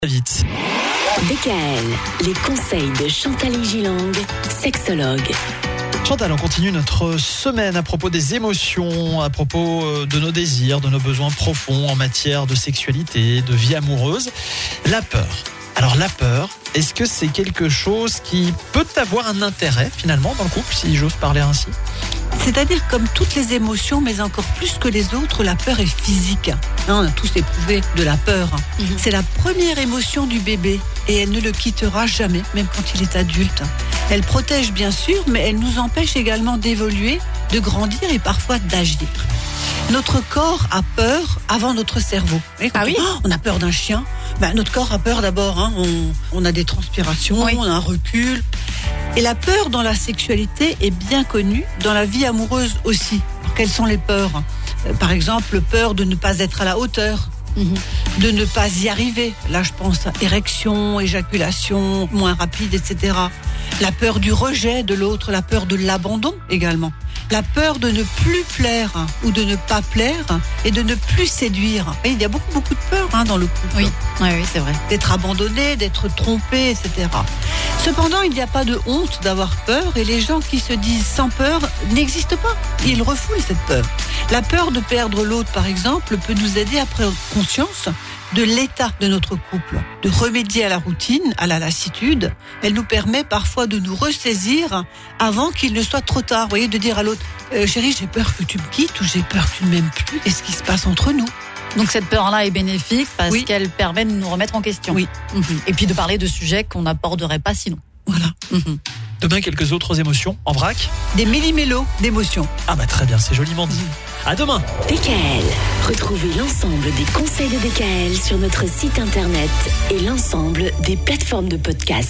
Vite. DKL, les conseils de Chantal Gilang, sexologue. Chantal, on continue notre semaine à propos des émotions, à propos de nos désirs, de nos besoins profonds en matière de sexualité, de vie amoureuse. La peur. Alors la peur, est-ce que c'est quelque chose qui peut avoir un intérêt finalement dans le couple, si j'ose parler ainsi ? C'est-à-dire, comme toutes les émotions, mais encore plus que les autres, la peur est physique. On a tous éprouvé de la peur. C'est la première émotion du bébé et elle ne le quittera jamais, même quand il est adulte. Elle protège bien sûr, mais elle nous empêche également d'évoluer, de grandir et parfois d'agir. Notre corps a peur avant notre cerveau. On a peur d'un chien. Notre corps a peur d'abord. On a des transpirations, on a un recul. Et la peur dans la sexualité est bien connue, dans la vie amoureuse aussi. Quelles sont les peurs ? Par exemple, peur de ne pas être à la hauteur, de ne pas y arriver. Là, je pense à érection, éjaculation, moins rapide, etc. La peur du rejet de l'autre, la peur de l'abandon également. La peur de ne plus plaire ou de ne pas plaire et de ne plus séduire. Et il y a beaucoup de peur dans le couple. Oui, c'est vrai. D'être abandonné, d'être trompé, etc. Cependant, il n'y a pas de honte d'avoir peur et les gens qui se disent sans peur n'existent pas. Ils refoulent cette peur. La peur de perdre l'autre, par exemple, peut nous aider à prendre conscience de l'état de notre couple, de remédier à la routine, à la lassitude. Elle nous permet parfois de nous ressaisir avant qu'il ne soit trop tard. Vous voyez, de dire à l'autre, chérie, j'ai peur que tu me quittes ou j'ai peur que tu ne m'aimes plus. Qu'est-ce qui se passe entre nous ? Donc cette peur-là est bénéfique parce qu'elle permet de nous remettre en question. Oui. Et puis de parler de sujets qu'on n'aborderait pas sinon. Voilà. Demain, quelques autres émotions en vrac ? Des millimélos d'émotions. Très bien, c'est joliment dit. À demain. DKL, retrouvez l'ensemble des conseils de DKL sur notre site internet et l'ensemble des plateformes de podcast.